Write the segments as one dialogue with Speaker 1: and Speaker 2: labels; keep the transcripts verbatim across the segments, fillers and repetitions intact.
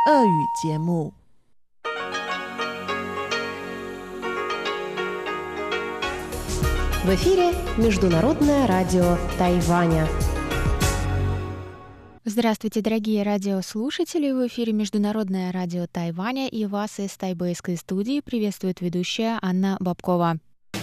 Speaker 1: 俄语节目。
Speaker 2: В эфире Международное радио Тайваня.
Speaker 3: Здравствуйте, дорогие радиослушатели! В эфире Международное радио Тайваня, и вас из тайбэйской студии приветствует ведущая Анна Бабкова.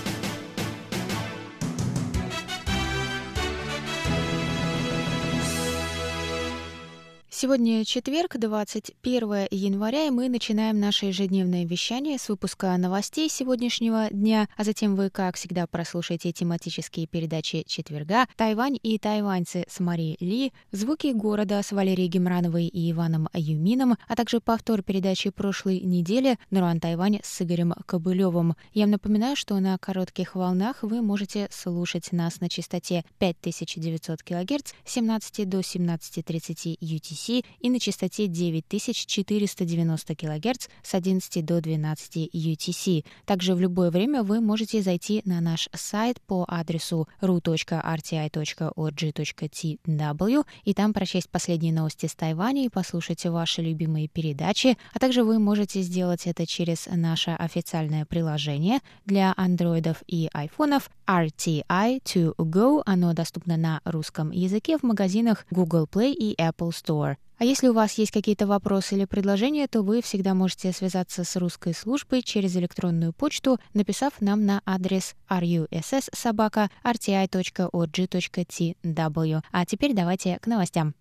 Speaker 3: Сегодня четверг, двадцать первое января, и мы начинаем наше ежедневное вещание с выпуска новостей сегодняшнего дня, а затем вы, как всегда, прослушаете тематические передачи четверга «Тайвань и тайваньцы» с Марией Ли, «Звуки города» с Валерией Гемрановой и Иваном Юмином, а также повтор передачи прошлой недели «Наруан Тайвань» с Игорем Кобылевым. Я вам напоминаю, что на коротких волнах вы можете слушать нас на частоте пять тысяч девятьсот килогерц с семнадцати до семнадцати тридцати ю ти си и на частоте девять тысяч четыреста девяносто килогерц с одиннадцати до двенадцати ю ти си. Также в любое время вы можете зайти на наш сайт по адресу ру точка ар ти ай точка о ар джи точка ти дабл ю и там прочесть последние новости с Тайваня и послушать ваши любимые передачи, а также вы можете сделать это через наше официальное приложение для андроидов и айфонов ар ти ай to go. Оно доступно на русском языке в магазинах Google Play и Apple Store. А если у вас есть какие-то вопросы или предложения, то вы всегда можете связаться с русской службой через электронную почту, написав нам на адрес russ собака ар ти ай точка о ар джи точка ти дабл ю. А теперь давайте к новостям.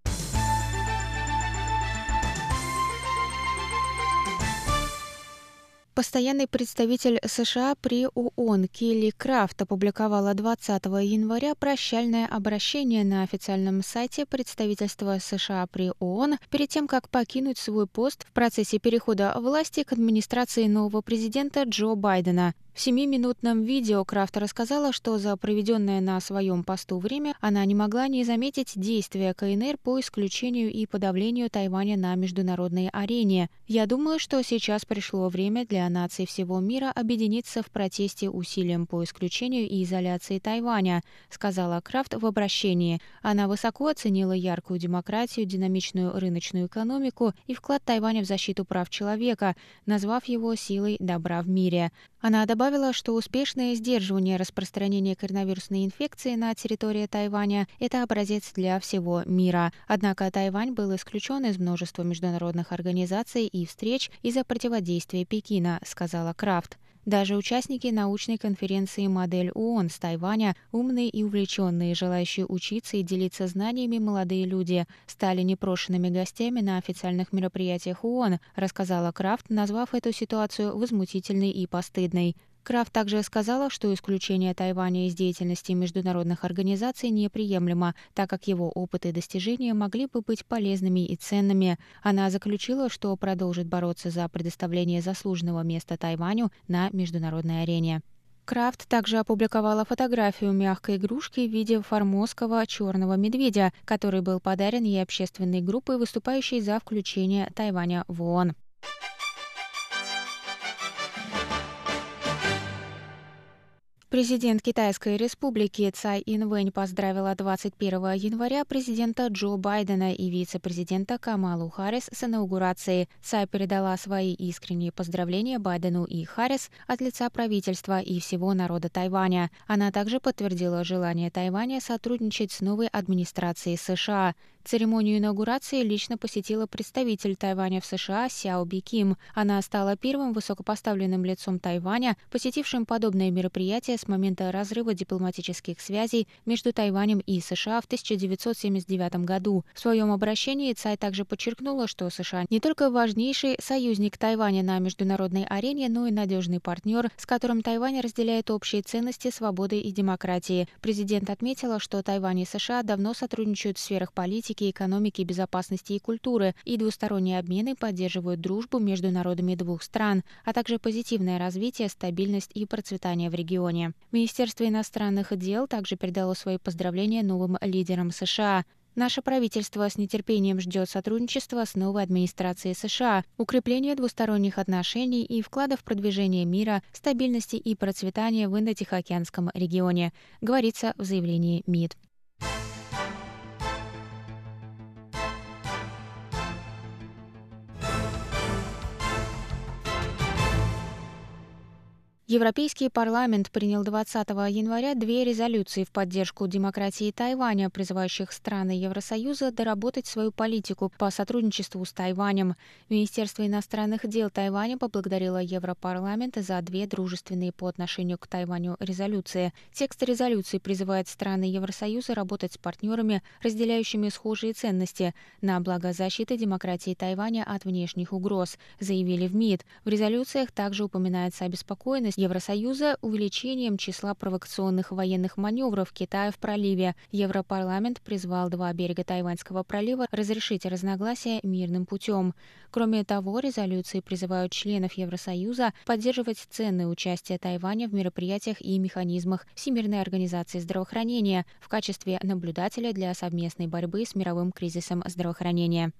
Speaker 3: Постоянный представитель США при ООН Келли Крафт опубликовала двадцатого января прощальное обращение на официальном сайте представительства США при ООН перед тем, как покинуть свой пост в процессе перехода власти к администрации нового президента Джо Байдена. В семиминутном видео Крафт рассказала, что за проведенное на своем посту время она не могла не заметить действия ка эн эр по исключению и подавлению Тайваня на международной арене. «Я думаю, что сейчас пришло время для наций всего мира объединиться в протесте усилиям по исключению и изоляции Тайваня», сказала Крафт в обращении. Она высоко оценила яркую демократию, динамичную рыночную экономику и вклад Тайваня в защиту прав человека, назвав его силой добра в мире. Она добавила, что успешное сдерживание распространения коронавирусной инфекции на территории Тайваня – это образец для всего мира. Однако Тайвань был исключен из множества международных организаций и встреч из-за противодействия Пекина, сказала Крафт. Даже участники научной конференции «Модель ООН» с Тайваня, умные и увлеченные, желающие учиться и делиться знаниями молодые люди, стали непрошенными гостями на официальных мероприятиях ООН, рассказала Крафт, назвав эту ситуацию возмутительной и постыдной. Крафт также сказала, что исключение Тайваня из деятельности международных организаций неприемлемо, так как его опыт и достижения могли бы быть полезными и ценными. Она заключила, что продолжит бороться за предоставление заслуженного места Тайваню на международной арене. Крафт также опубликовала фотографию мягкой игрушки в виде формозского черного медведя, который был подарен ей общественной группой, выступающей за включение Тайваня в ООН. Президент Китайской республики Цай Инвэнь поздравила двадцать первого января президента Джо Байдена и вице-президента Камалу Харрис с инаугурацией. Цай передала свои искренние поздравления Байдену и Харрис от лица правительства и всего народа Тайваня. Она также подтвердила желание Тайваня сотрудничать с новой администрацией США. Церемонию инаугурации лично посетила представитель Тайваня в США Сяо Би Ким. Она стала первым высокопоставленным лицом Тайваня, посетившим подобное мероприятие с момента разрыва дипломатических связей между Тайванем и США в тысяча девятьсот семьдесят девятом году. В своем обращении Цай также подчеркнула, что США не только важнейший союзник Тайваня на международной арене, но и надежный партнер, с которым Тайвань разделяет общие ценности свободы и демократии. Президент отметила, что Тайвань и США давно сотрудничают в сферах политики, экономики, безопасности и культуры, и двусторонние обмены поддерживают дружбу между народами двух стран, а также позитивное развитие, стабильность и процветание в регионе. Министерство иностранных дел также передало свои поздравления новым лидерам США. Наше правительство с нетерпением ждет сотрудничества с новой администрацией США, укрепления двусторонних отношений и вклада в продвижение мира, стабильности и процветания в Индо-Тихоокеанском регионе, говорится в заявлении МИД. Европейский парламент принял двадцатого января две резолюции в поддержку демократии Тайваня, призывающих страны Евросоюза доработать свою политику по сотрудничеству с Тайванем. Министерство иностранных дел Тайваня поблагодарило Европарламент за две дружественные по отношению к Тайваню резолюции. Текст резолюции призывает страны Евросоюза работать с партнерами, разделяющими схожие ценности, на благо защиты демократии Тайваня от внешних угроз, заявили в МИД. В резолюциях также упоминается обеспокоенность Евросоюза увеличением числа провокационных военных маневров Китая в проливе. Европарламент призвал два берега Тайваньского пролива разрешить разногласия мирным путем. Кроме того, резолюции призывают членов Евросоюза поддерживать ценное участие Тайваня в мероприятиях и механизмах Всемирной организации здравоохранения в качестве наблюдателя для совместной борьбы с мировым кризисом здравоохранения.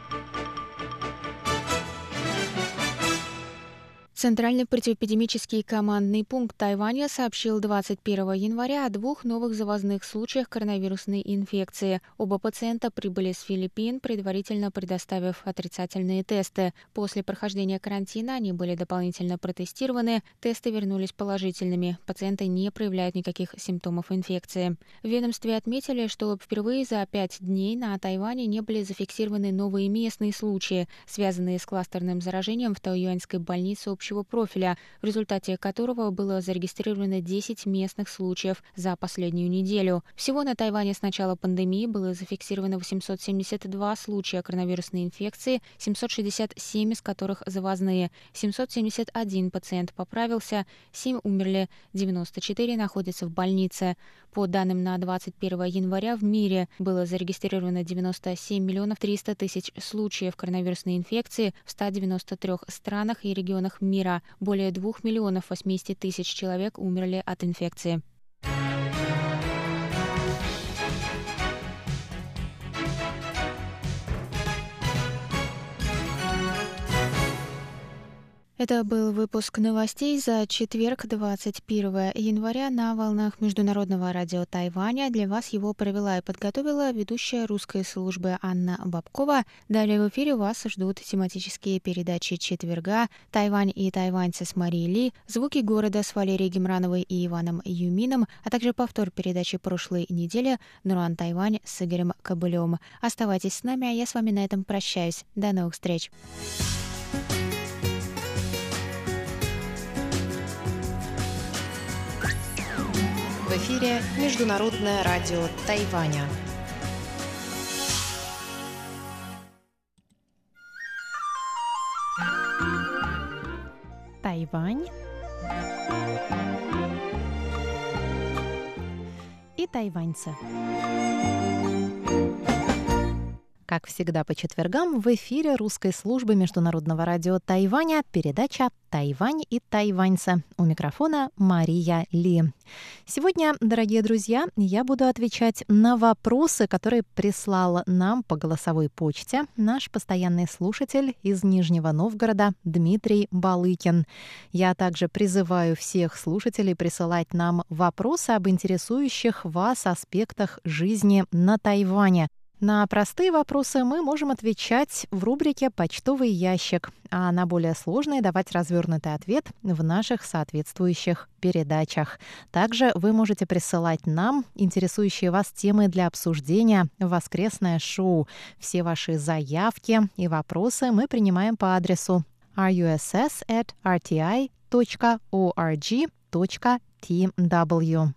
Speaker 3: Центральный противоэпидемический командный пункт Тайваня сообщил двадцать первого января о двух новых завозных случаях коронавирусной инфекции. Оба пациента прибыли с Филиппин, предварительно предоставив отрицательные тесты. После прохождения карантина они были дополнительно протестированы, тесты вернулись положительными. Пациенты не проявляют никаких симптомов инфекции. В ведомстве отметили, что впервые за пять дней на Тайване не были зафиксированы новые местные случаи, связанные с кластерным заражением в Тайюаньской больнице общего профиля, в результате которого было зарегистрировано десять местных случаев за последнюю неделю. Всего на Тайване с начала пандемии было зафиксировано восемьсот семьдесят два случая коронавирусной инфекции, семьсот шестьдесят семь из которых завозные. семьсот семьдесят один пациент поправился, семь умерли, девяносто четыре находятся в больнице. По данным на двадцать первого января в мире было зарегистрировано девяносто семь миллионов триста тысяч случаев коронавирусной инфекции в ста девяноста трёх странах и регионах мира. Более двух миллионов восьмидесяти тысяч человек умерли от инфекции. Это был выпуск новостей за четверг, двадцать первого января на волнах Международного радио Тайваня. Для вас его провела и подготовила ведущая русской службы Анна Бабкова. Далее в эфире вас ждут тематические передачи четверга «Тайвань и тайваньцы» с Марией Ли, «Звуки города» с Валерией Гемрановой и Иваном Юмином, а также повтор передачи прошлой недели «Нуран Тайвань» с Игорем Кобылевым. Оставайтесь с нами, а я с вами на этом прощаюсь. До новых встреч!
Speaker 2: В эфире Международное радио Тайваня.
Speaker 1: Тайвань и тайваньцы. Как всегда по четвергам в эфире русской службы Международного радио Тайваня передача «Тайвань и тайваньцы». У микрофона Мария Ли. Сегодня, дорогие друзья, я буду отвечать на вопросы, которые прислал нам по голосовой почте наш постоянный слушатель из Нижнего Новгорода Дмитрий Балыкин. Я также призываю всех слушателей присылать нам вопросы об интересующих вас аспектах жизни на Тайване. На простые вопросы мы можем отвечать в рубрике «Почтовый ящик», а на более сложные давать развернутый ответ в наших соответствующих передачах. Также вы можете присылать нам интересующие вас темы для обсуждения в воскресное шоу. Все ваши заявки и вопросы мы принимаем по адресу ар ю эс эс эт эр ти ай точка орг точка ти дабл ю.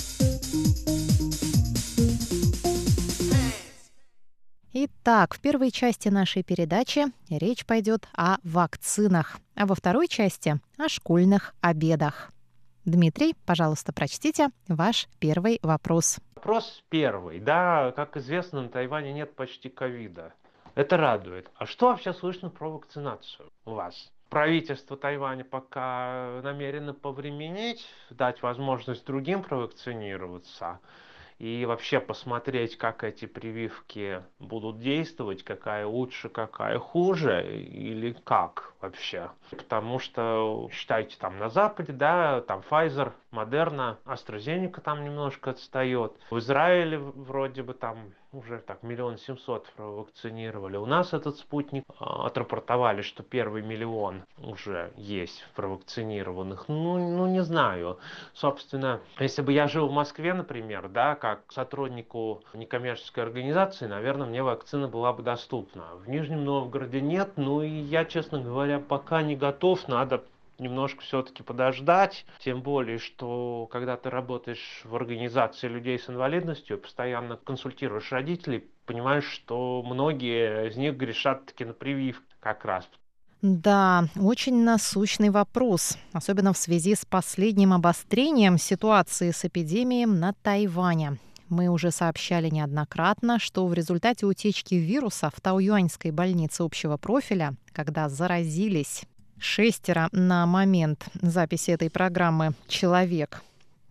Speaker 1: Итак, в первой части нашей передачи речь пойдет о вакцинах, а во второй части — о школьных обедах. Дмитрий, пожалуйста, прочтите ваш первый вопрос.
Speaker 4: Вопрос первый. Да, как известно, на Тайване нет почти ковида. Это радует. А что вообще слышно про вакцинацию у вас? Правительство Тайваня пока намерено повременить, дать возможность другим провакцинироваться. И вообще посмотреть, как эти прививки будут действовать, какая лучше, какая хуже, или как вообще. Потому что, считайте, там на Западе, да, там Pfizer Модерна, AstraZeneca там немножко отстает. В Израиле вроде бы там уже так миллион семьсот провакцинировали. У нас этот спутник а, отрапортовали, что первый миллион уже есть провакцинированных. Ну, ну, не знаю. Собственно, если бы я жил в Москве, например, да, как сотруднику некоммерческой организации, наверное, мне вакцина была бы доступна. В Нижнем Новгороде нет, ну и я, честно говоря, пока не готов, надо немножко все-таки подождать, тем более, что когда ты работаешь в организации людей с инвалидностью, постоянно консультируешь родителей, понимаешь, что многие из них грешат таки на прививки как раз.
Speaker 1: Да, очень насущный вопрос, особенно в связи с последним обострением ситуации с эпидемией на Тайване. Мы уже сообщали неоднократно, что в результате утечки вируса в Таоюаньской больнице общего профиля, когда заразились шестеро на момент записи этой программы человек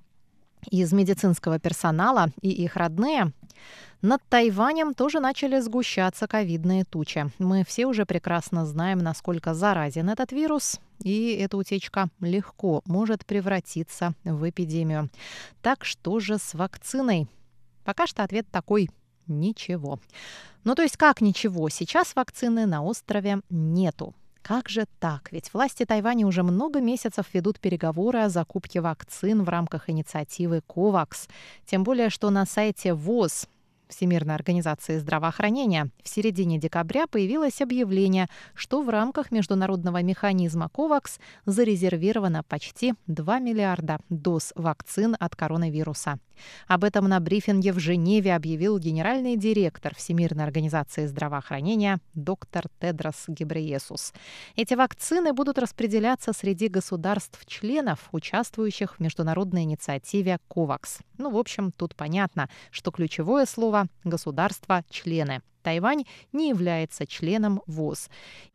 Speaker 1: из медицинского персонала и их родные, над Тайванем тоже начали сгущаться ковидные тучи. Мы все уже прекрасно знаем, насколько заразен этот вирус, и эта утечка легко может превратиться в эпидемию. Так что же с вакциной? Пока что ответ такой – ничего. Ну то есть как ничего? Сейчас вакцины на острове нету. Как же так? Ведь власти Тайваня уже много месяцев ведут переговоры о закупке вакцин в рамках инициативы ковакс. Тем более, что на сайте ВОЗ, Всемирной организации здравоохранения, в середине декабря появилось объявление, что в рамках международного механизма ковакс зарезервировано почти два миллиарда доз вакцин от коронавируса. Об этом на брифинге в Женеве объявил генеральный директор Всемирной организации здравоохранения доктор Тедрос Гебрейесус. Эти вакцины будут распределяться среди государств-членов, участвующих в международной инициативе ковакс. Ну, в общем, тут понятно, что ключевое слово – государства-члены. Тайвань не является членом ВОЗ.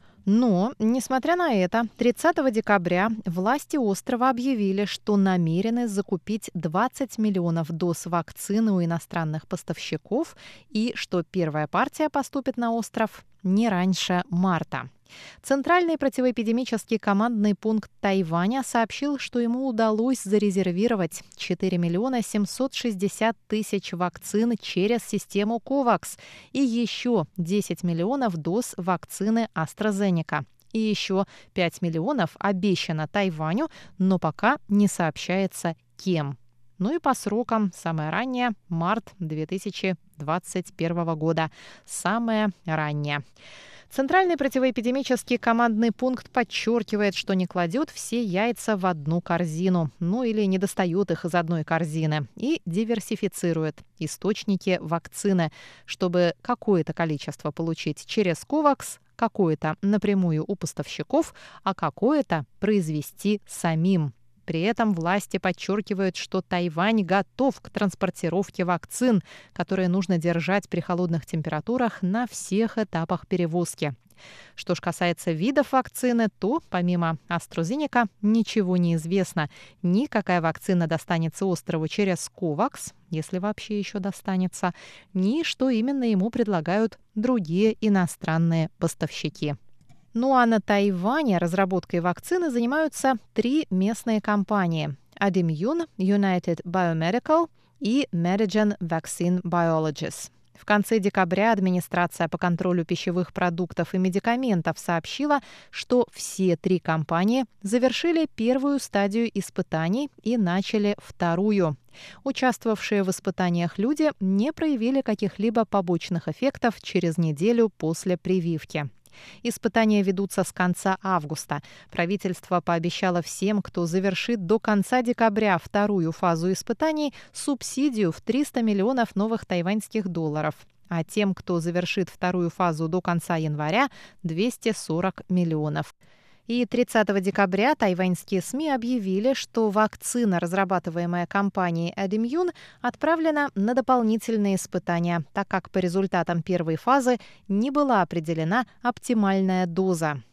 Speaker 1: Но, несмотря на это, тридцатого декабря власти острова объявили, что намерены закупить двадцать миллионов доз вакцины у иностранных поставщиков и что первая партия поступит на остров не раньше марта. Центральный противоэпидемический командный пункт Тайваня сообщил, что ему удалось зарезервировать четыре миллиона семьсот шестьдесят тысяч вакцин через систему ковакс и еще десять миллионов доз вакцины AstraZeneca. И еще пять миллионов обещано Тайваню, но пока не сообщается кем. Ну и по срокам самое раннее – март две тысячи двадцать первого года. Самое раннее. Центральный противоэпидемический командный пункт подчеркивает, что не кладет все яйца в одну корзину, ну или не достает их из одной корзины, и диверсифицирует источники вакцины, чтобы какое-то количество получить через ковакс, какое-то напрямую у поставщиков, а какое-то произвести самим. При этом власти подчеркивают, что Тайвань готов к транспортировке вакцин, которые нужно держать при холодных температурах на всех этапах перевозки. Что ж касается видов вакцины, то помимо AstraZeneca ничего не известно. Ни какая вакцина достанется острову через ковакс, если вообще еще достанется, ни что именно ему предлагают другие иностранные поставщики. Ну а на Тайване разработкой вакцины занимаются три местные компании – Adimune, United Biomedical и Medigen Vaccine Biologies. В конце декабря администрация по контролю пищевых продуктов и медикаментов сообщила, что все три компании завершили первую стадию испытаний и начали вторую. Участвовавшие в испытаниях люди не проявили каких-либо побочных эффектов через неделю после прививки. Испытания ведутся с конца августа. Правительство пообещало всем, кто завершит до конца декабря вторую фазу испытаний, субсидию в триста миллионов новых тайваньских долларов, а тем, кто завершит вторую фазу до конца января, двести сорок миллионов. И тридцатого декабря тайваньские СМИ объявили, что вакцина, разрабатываемая компанией Adimune, отправлена на дополнительные испытания, так как по результатам первой фазы не была определена оптимальная доза.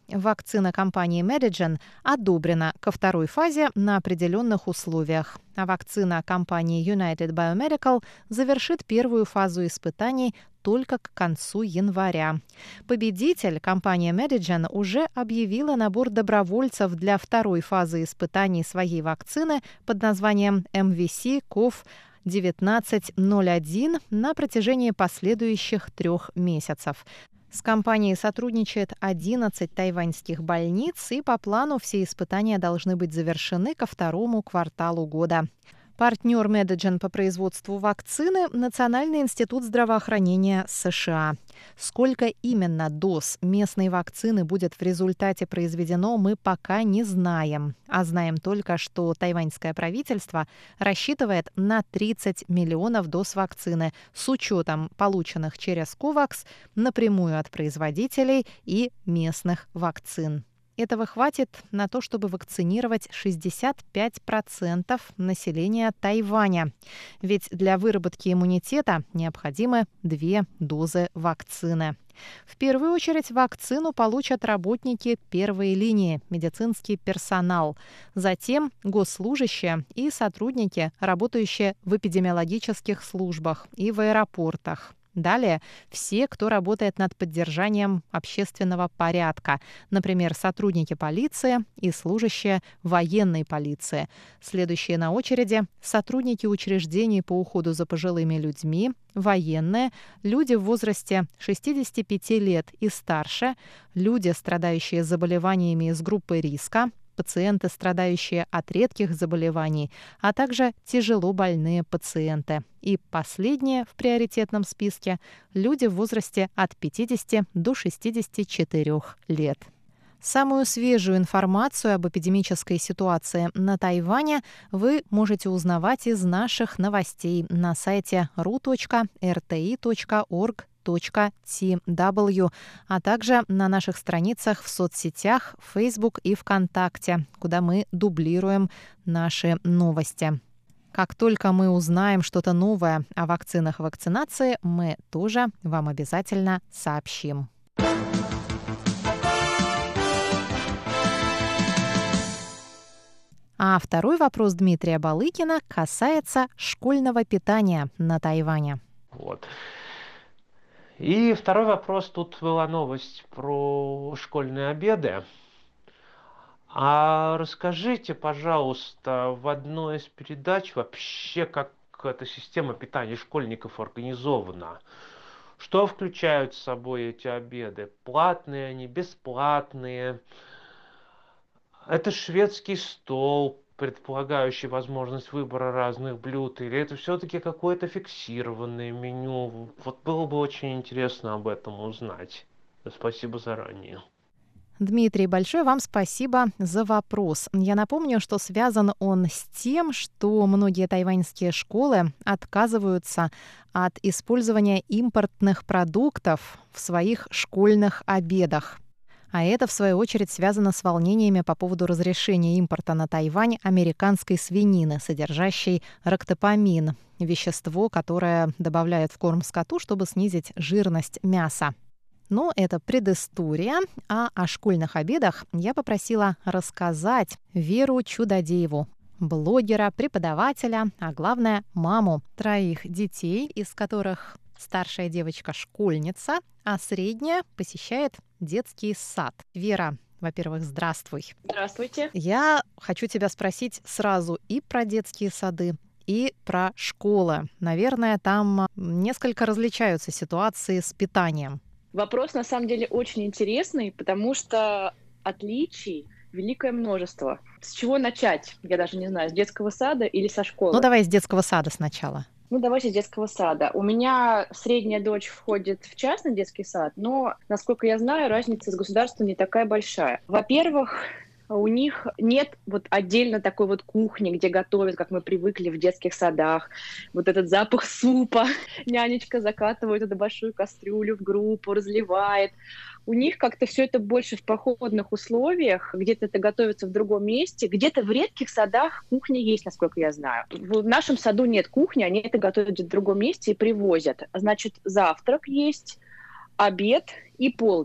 Speaker 1: Вакцина компании Medigen одобрена ко второй фазе на определенных условиях, а вакцина компании United Biomedical завершит первую фазу испытаний только к концу января. Победитель, компания Medigen, уже объявила набор добровольцев для второй фазы испытаний своей вакцины под названием эм ви си-ков девятнадцать ноль один на протяжении последующих трех месяцев. С компанией сотрудничает одиннадцать тайваньских больниц, и по плану все испытания должны быть завершены ко второму кварталу года. Партнер Medigen по производству вакцины – Национальный институт здравоохранения США. Сколько именно доз местной вакцины будет в результате произведено, мы пока не знаем. А знаем только, что тайваньское правительство рассчитывает на тридцать миллионов доз вакцины с учетом полученных через ковакс напрямую от производителей и местных вакцин. Этого хватит на то, чтобы вакцинировать шестьдесят пять процентов населения Тайваня. Ведь для выработки иммунитета необходимы две дозы вакцины. В первую очередь вакцину получат работники первой линии, медицинский персонал. Затем госслужащие и сотрудники, работающие в эпидемиологических службах и в аэропортах. Далее все, кто работает над поддержанием общественного порядка, например, сотрудники полиции и служащие военной полиции. Следующие на очереди – сотрудники учреждений по уходу за пожилыми людьми, военные, люди в возрасте шестидесяти пяти лет и старше, люди, страдающие заболеваниями из группы риска, пациенты, страдающие от редких заболеваний, а также тяжело больные пациенты. И последние в приоритетном списке – люди в возрасте от пятидесяти до шестидесяти четырёх лет. Самую свежую информацию об эпидемической ситуации на Тайване вы можете узнавать из наших новостей на сайте ру точка эр тэ и точка орг точка ти дабл ю, а также на наших страницах в соцсетях Facebook и ВКонтакте, куда мы дублируем наши новости. Как только мы узнаем что-то новое о вакцинах и вакцинации, мы тоже вам обязательно сообщим. А второй вопрос Дмитрия Балыкина касается школьного питания на Тайване.
Speaker 4: Вот. И второй вопрос. Тут была новость про школьные обеды. А расскажите, пожалуйста, в одной из передач вообще, как эта система питания школьников организована? Что включают с собой эти обеды? Платные они, бесплатные? Это шведский стол, предполагающий возможность выбора разных блюд, или это все-таки какое-то фиксированное меню? Вот было бы очень интересно об этом узнать. Спасибо заранее.
Speaker 1: Дмитрий, большое вам спасибо за вопрос. Я напомню, что связан он с тем, что многие тайваньские школы отказываются от использования импортных продуктов в своих школьных обедах. А это, в свою очередь, связано с волнениями по поводу разрешения импорта на Тайвань американской свинины, содержащей рактопамин, вещество, которое добавляют в корм скоту, чтобы снизить жирность мяса. Но это предыстория, а о школьных обедах я попросила рассказать Веру Чудодееву, блогера, преподавателя, а главное, маму троих детей, из которых старшая девочка школьница, а средняя посещает детский сад. Вера, во-первых, здравствуй.
Speaker 5: Здравствуйте.
Speaker 1: Я хочу тебя спросить сразу и про детские сады, и про школы. Наверное, там несколько различаются ситуации с питанием.
Speaker 5: Вопрос, на самом деле, очень интересный, потому что отличий великое множество. С чего начать? Я даже не знаю, с детского сада или со школы?
Speaker 1: Ну, давай с детского сада сначала.
Speaker 5: Ну, давайте с детского сада. У меня средняя дочь входит в частный детский сад, но, насколько я знаю, разница с государством не такая большая. Во-первых, у них нет вот отдельно такой вот кухни, где готовят, как мы привыкли в детских садах. Вот этот запах супа. Нянечка закатывает эту большую кастрюлю в группу, разливает. У них как-то все это больше в походных условиях, где-то это готовится в другом месте, где-то в редких садах кухня есть, насколько я знаю. В нашем саду нет кухни, они это готовят в другом месте и привозят. Значит, завтрак есть, обед и полдник.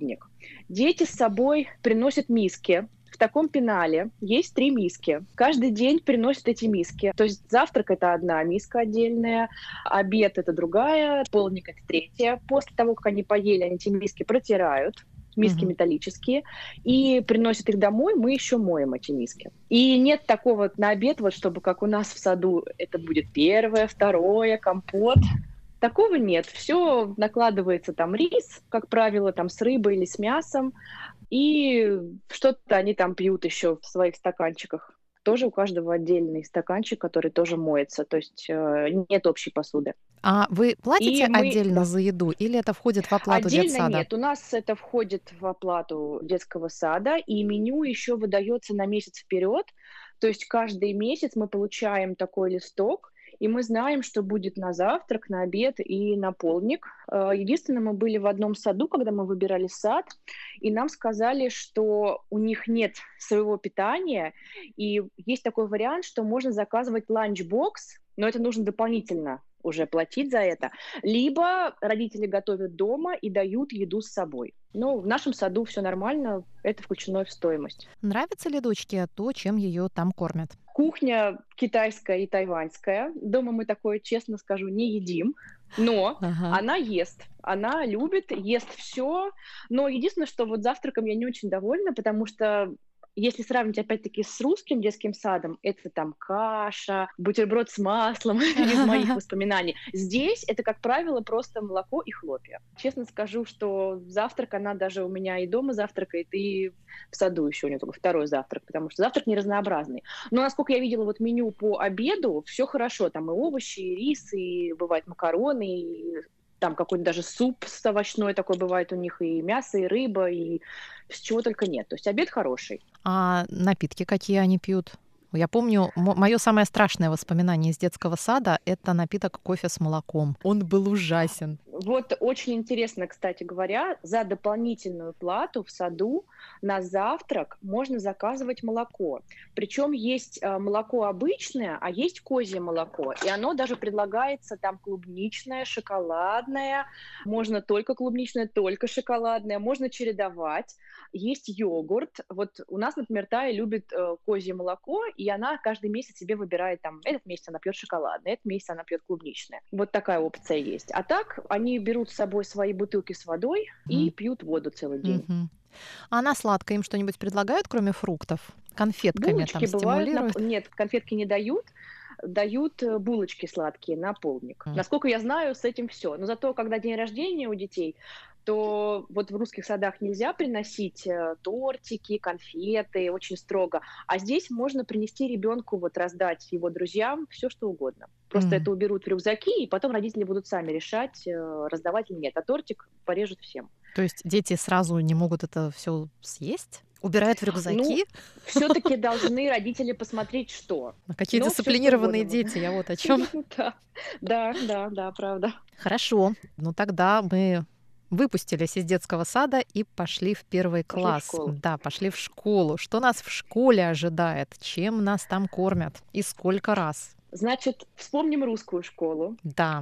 Speaker 5: Дети с собой приносят миски. В таком пенале есть три миски. Каждый день приносят эти миски. То есть завтрак — это одна миска отдельная, обед — это другая, полдник — это третья. После того, как они поели, они эти миски протирают, миски
Speaker 1: Мгм.
Speaker 5: металлические, и приносят их домой, мы еще моем эти миски. И нет такого на обед, вот чтобы как у нас в саду, это будет первое, второе, компот. Такого нет. Все накладывается там рис, как правило, там с рыбой или с мясом, и что-то они там пьют еще в своих стаканчиках. Тоже у каждого отдельный стаканчик, который тоже моется, то есть э, нет общей посуды.
Speaker 1: А вы платите
Speaker 5: И мы,
Speaker 1: отдельно
Speaker 5: да,
Speaker 1: за еду или это входит в оплату
Speaker 5: отдельно
Speaker 1: детсада?
Speaker 5: нет. У нас это входит в оплату детского сада, и меню еще выдается на месяц вперед. То есть каждый месяц мы получаем такой листок, и мы знаем, что будет на завтрак, на обед и на полдник. Э, Единственное, мы были в одном саду, когда мы выбирали сад, и нам сказали, что у них нет своего питания, и есть такой вариант, что можно заказывать ланчбокс, но это нужно дополнительно уже платить за это. Либо родители готовят дома и дают еду с собой. Но в нашем саду все нормально, это включено в стоимость.
Speaker 1: Нравится ли дочке то, чем ее там кормят?
Speaker 5: Кухня китайская и тайваньская. Дома мы такое, честно скажу, не едим. Но
Speaker 1: Ага.
Speaker 5: она ест. Она любит, ест все. Но единственное, что вот завтраком я не очень довольна, потому что если сравнить опять-таки с русским детским садом, это там каша, бутерброд с маслом из моих воспоминаний. Здесь это, как правило, просто молоко и хлопья. Честно скажу, что завтрак она даже у меня и дома завтракает, и в саду еще у нее только второй завтрак, потому что завтрак не разнообразный. Но насколько я видела вот меню по обеду, все хорошо. Там и овощи, и рис, и бывают макароны, и там какой-то даже суп с овощной такой бывает у них, и мясо, и рыба, и с чего только нет. То есть обед хороший.
Speaker 1: А напитки какие они пьют? Я помню, мое самое страшное воспоминание из детского сада — это напиток кофе с молоком. Он был ужасен.
Speaker 5: Вот очень интересно, кстати говоря, за дополнительную плату в саду на завтрак можно заказывать молоко. Причем есть э, молоко обычное, а есть козье молоко. И оно даже предлагается там клубничное, шоколадное. Можно только клубничное, только шоколадное. Можно чередовать. Есть йогурт. Вот у нас, например, Тая любит э, козье молоко, и она каждый месяц себе выбирает, там, этот месяц она пьет шоколадное, этот месяц она пьет клубничное. Вот такая опция есть. А так они берут с собой свои бутылки с водой и
Speaker 1: Мгм.
Speaker 5: пьют воду целый день.
Speaker 1: Мгм. А на сладкое им что-нибудь предлагают, кроме фруктов? Конфетками там
Speaker 5: Булочки бывают, на...
Speaker 1: стимулируют?
Speaker 5: нет, конфетки не дают, дают э, булочки сладкие на полдник.
Speaker 1: М.
Speaker 5: Насколько я знаю, с этим все. Но зато, когда день рождения у детей, то вот в русских садах нельзя приносить э, тортики, конфеты, очень строго. А здесь можно принести ребенку, вот раздать его друзьям, все что угодно. Просто
Speaker 1: М.
Speaker 5: это уберут в рюкзаки, и потом родители будут сами решать, э, раздавать или нет. А тортик порежут всем.
Speaker 1: То есть дети сразу не могут это все съесть? Убирают в
Speaker 5: Ну,
Speaker 1: рюкзаки?
Speaker 5: все-таки должны родители посмотреть, что.
Speaker 1: А какие
Speaker 5: Но всё, что
Speaker 1: дисциплинированные
Speaker 5: угодно
Speaker 1: дети, я вот о чем.
Speaker 5: Да, да, да, да, правда.
Speaker 1: Хорошо. Ну тогда мы выпустились из детского сада и пошли в первый
Speaker 5: Пошли в
Speaker 1: класс.
Speaker 5: школу.
Speaker 1: Да, пошли в школу. Что нас в школе ожидает? Чем нас там кормят? И сколько раз?
Speaker 5: Значит, вспомним русскую школу.
Speaker 1: Да,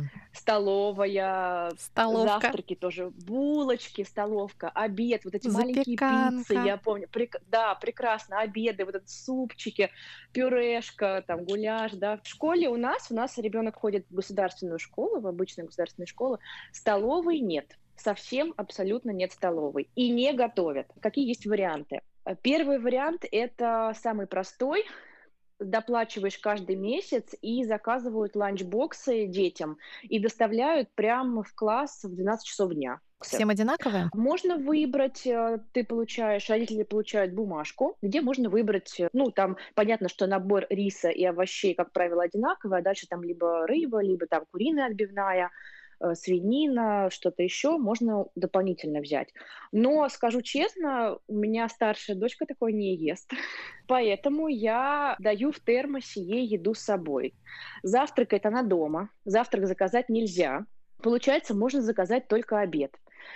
Speaker 5: Столовая,
Speaker 1: столовка,
Speaker 5: завтраки тоже, булочки, столовка, обед, вот эти маленькие пиццы,
Speaker 1: запеканка.
Speaker 5: я помню. Прек- Да, прекрасно, обеды, вот эти супчики, пюрешка, там, гуляш, да. В школе у нас, у нас ребенок ходит в государственную школу, в обычную государственную школу, столовой нет. Совсем абсолютно нет столовой. И не готовят. Какие есть варианты? Э, Первый вариант – это самый простой. Доплачиваешь каждый месяц и заказывают ланчбоксы детям и доставляют прямо в класс в двенадцать часов дня.
Speaker 1: Всем одинаковые?
Speaker 5: Можно выбрать, э, ты получаешь, родители получают бумажку, где можно выбрать, э, ну, там понятно, что набор риса и овощей, как правило, одинаковый, а дальше там либо рыба, либо там куриная отбивная, э, свинина, что-то еще можно дополнительно взять. Но, скажу честно, у меня старшая дочка такое не ест, поэтому я даю в термосе ей еду с собой. Завтракает она дома, завтрак заказать нельзя. Получается, можно заказать только обед.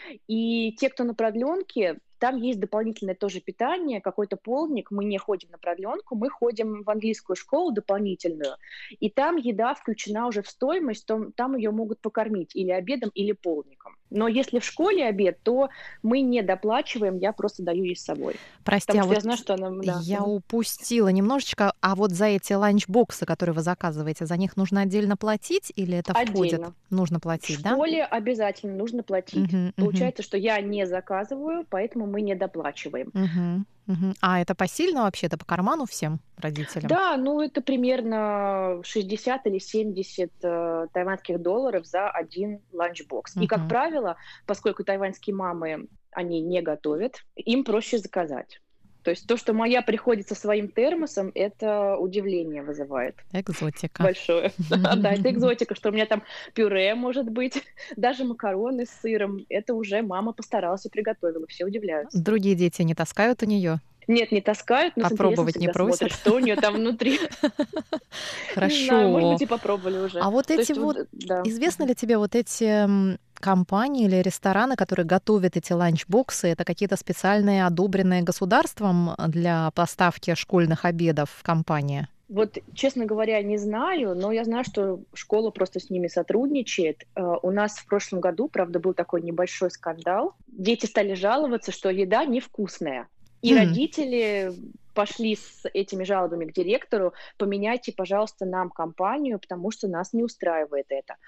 Speaker 5: И те, кто на продленке, там есть дополнительное тоже питание, какой-то полдник. Мы не ходим на продленку, мы ходим в английскую школу дополнительную. И там еда включена уже в стоимость, там, там ее могут покормить или обедом, или полдником. Но если в школе обед, то мы не доплачиваем, я просто даю ей с собой.
Speaker 1: Прости,
Speaker 5: Потому
Speaker 1: а
Speaker 5: что
Speaker 1: вот
Speaker 5: я знаю, что она... Да.
Speaker 1: я упустила немножечко, а вот за эти ланчбоксы, которые вы заказываете, за них нужно отдельно платить или это входит?
Speaker 5: Отдельно.
Speaker 1: Нужно
Speaker 5: В
Speaker 1: платить, да?
Speaker 5: школе обязательно нужно платить.
Speaker 1: Мгм, мгм,
Speaker 5: Получается, что я не заказываю, поэтому мы не доплачиваем.
Speaker 1: мгм, мгм. А это посильно вообще? Это по карману всем родителям?
Speaker 5: Да, ну это примерно шестьдесят или семьдесят э, тайваньских долларов за один ланчбокс. И, как
Speaker 1: Мгм.
Speaker 5: правило, поскольку тайваньские мамы, они не готовят, им проще заказать. То есть то, что моя приходит со своим термосом, это удивление вызывает
Speaker 1: Экзотика.
Speaker 5: большое. Да, это экзотика, что у меня там пюре может быть, даже макароны с сыром. Это уже мама постаралась и приготовила, все удивляются.
Speaker 1: Другие дети не таскают у нее?
Speaker 5: Нет, не таскают, но с интересом
Speaker 1: Попробовать не
Speaker 5: всегда смотрят,
Speaker 1: просят?
Speaker 5: что у нее там внутри. Не знаю, может
Speaker 1: Хорошо.
Speaker 5: быть, и попробовали уже.
Speaker 1: А вот
Speaker 5: То
Speaker 1: эти
Speaker 5: есть
Speaker 1: вот,
Speaker 5: вот, да.
Speaker 1: известны ли тебе вот эти м, компании или рестораны, которые готовят эти ланчбоксы? Это какие-то специальные, одобренные государством для поставки школьных обедов в компании?
Speaker 5: Вот, честно говоря, не знаю, но я знаю, что школа просто с ними сотрудничает. Э, У нас в прошлом году, правда, был такой небольшой скандал. Дети стали жаловаться, что еда невкусная. И
Speaker 1: М.
Speaker 5: родители пошли с этими жалобами к директору: поменяйте, пожалуйста, нам компанию, потому что нас не устраивает это.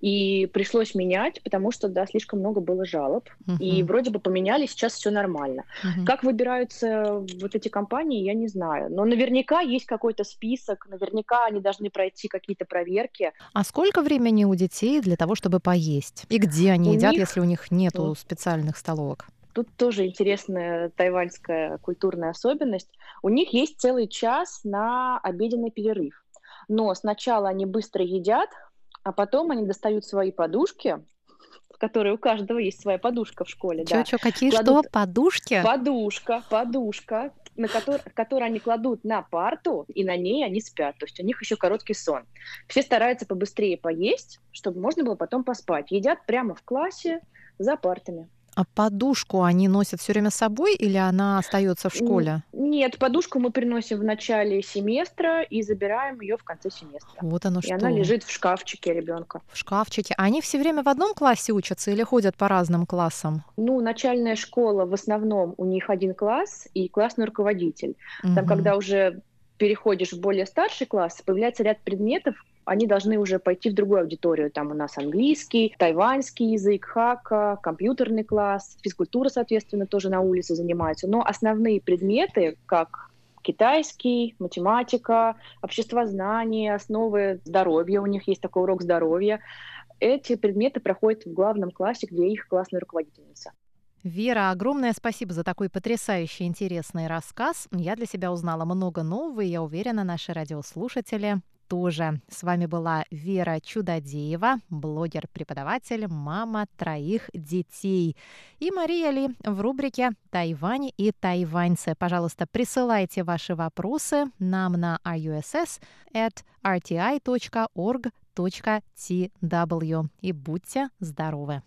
Speaker 5: И пришлось менять, потому что, да, слишком много было жалоб. И
Speaker 1: Мгм,
Speaker 5: вроде бы поменяли, сейчас все нормально.
Speaker 1: мгм.
Speaker 5: Как выбираются вот эти компании, я не знаю. Но наверняка есть какой-то список, наверняка они должны пройти какие-то проверки.
Speaker 1: А сколько времени у детей для того, чтобы поесть? И где они
Speaker 5: У
Speaker 1: едят,
Speaker 5: них
Speaker 1: если у них нету
Speaker 5: м,
Speaker 1: специальных столовок?
Speaker 5: тут тоже интересная тайваньская культурная особенность. У них есть целый час на обеденный перерыв. Но сначала они быстро едят, а потом они достают свои подушки, в которые у каждого есть своя подушка в школе, да,
Speaker 1: Чё-чё, какие что?
Speaker 5: кладут
Speaker 1: Подушки?
Speaker 5: подушка, подушка, на котор- которую они кладут на парту, и на ней они спят. То есть у них еще короткий сон. Все стараются побыстрее поесть, чтобы можно было потом поспать. Едят прямо в классе за партами.
Speaker 1: А подушку они носят все время с собой или она остается в
Speaker 5: Н-
Speaker 1: школе?
Speaker 5: Нет, подушку мы приносим в начале семестра и забираем ее в конце семестра.
Speaker 1: Вот оно
Speaker 5: И она
Speaker 1: что.
Speaker 5: лежит в шкафчике ребенка.
Speaker 1: В шкафчике. А они все время в одном классе учатся или ходят по разным классам?
Speaker 5: Ну, начальная школа, в основном у них один класс и классный руководитель. Там,
Speaker 1: Мгм.
Speaker 5: когда уже переходишь в более старший класс, появляется ряд предметов, они должны уже пойти в другую аудиторию. Там у нас английский, тайваньский язык, хака, компьютерный класс, физкультура, соответственно, тоже на улице занимаются. Но основные предметы, как китайский, математика, обществознание, основы здоровья, у них есть такой урок здоровья, эти предметы проходят в главном классе, где их классная руководительница.
Speaker 1: Вера, огромное спасибо за такой потрясающий интересный рассказ. Я для себя узнала много нового, и я уверена, наши радиослушатели тоже. С вами была Вера Чудодеева, блогер-преподаватель, мама троих детей. И Мария Ли в рубрике «Тайвань и тайваньцы». Пожалуйста, присылайте ваши вопросы нам на ай ю эс эс at эр ти ай точка орг точка ти дабл ю. И будьте здоровы!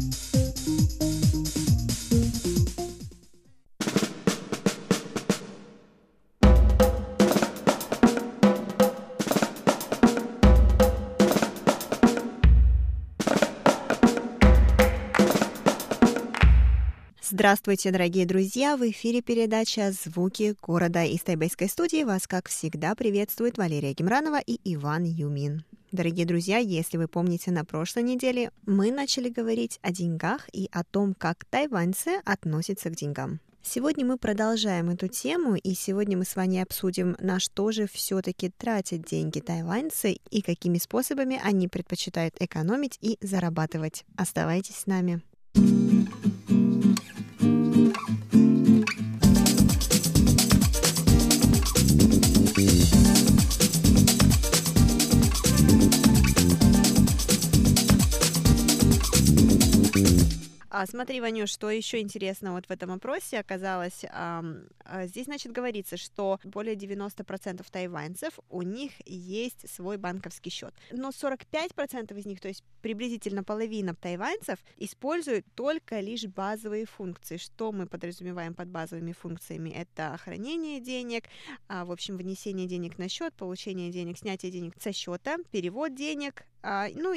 Speaker 6: Здравствуйте, дорогие друзья! В эфире передача «Звуки города». Из тайбэйской студии вас, как всегда, приветствует Валерия Гемранова и Иван Юмин. Дорогие друзья, если вы помните, на прошлой неделе мы начали говорить о деньгах и о том, как тайваньцы относятся к деньгам. Сегодня мы продолжаем эту тему, и сегодня мы с вами обсудим, на что же все-таки тратят деньги тайваньцы и какими способами они предпочитают экономить и зарабатывать. Оставайтесь с нами. А, смотри, Ванюш, что еще интересно вот в этом опросе оказалось, ам, а, здесь, значит, говорится, что более девяносто процентов тайваньцев, у них есть свой банковский счет, но сорок пять процентов из них, то есть приблизительно половина тайваньцев, используют только лишь базовые функции. Что мы подразумеваем под базовыми функциями? Это хранение денег, а, в общем, внесение денег на счет, получение денег, снятие денег со счета, перевод денег, а, ну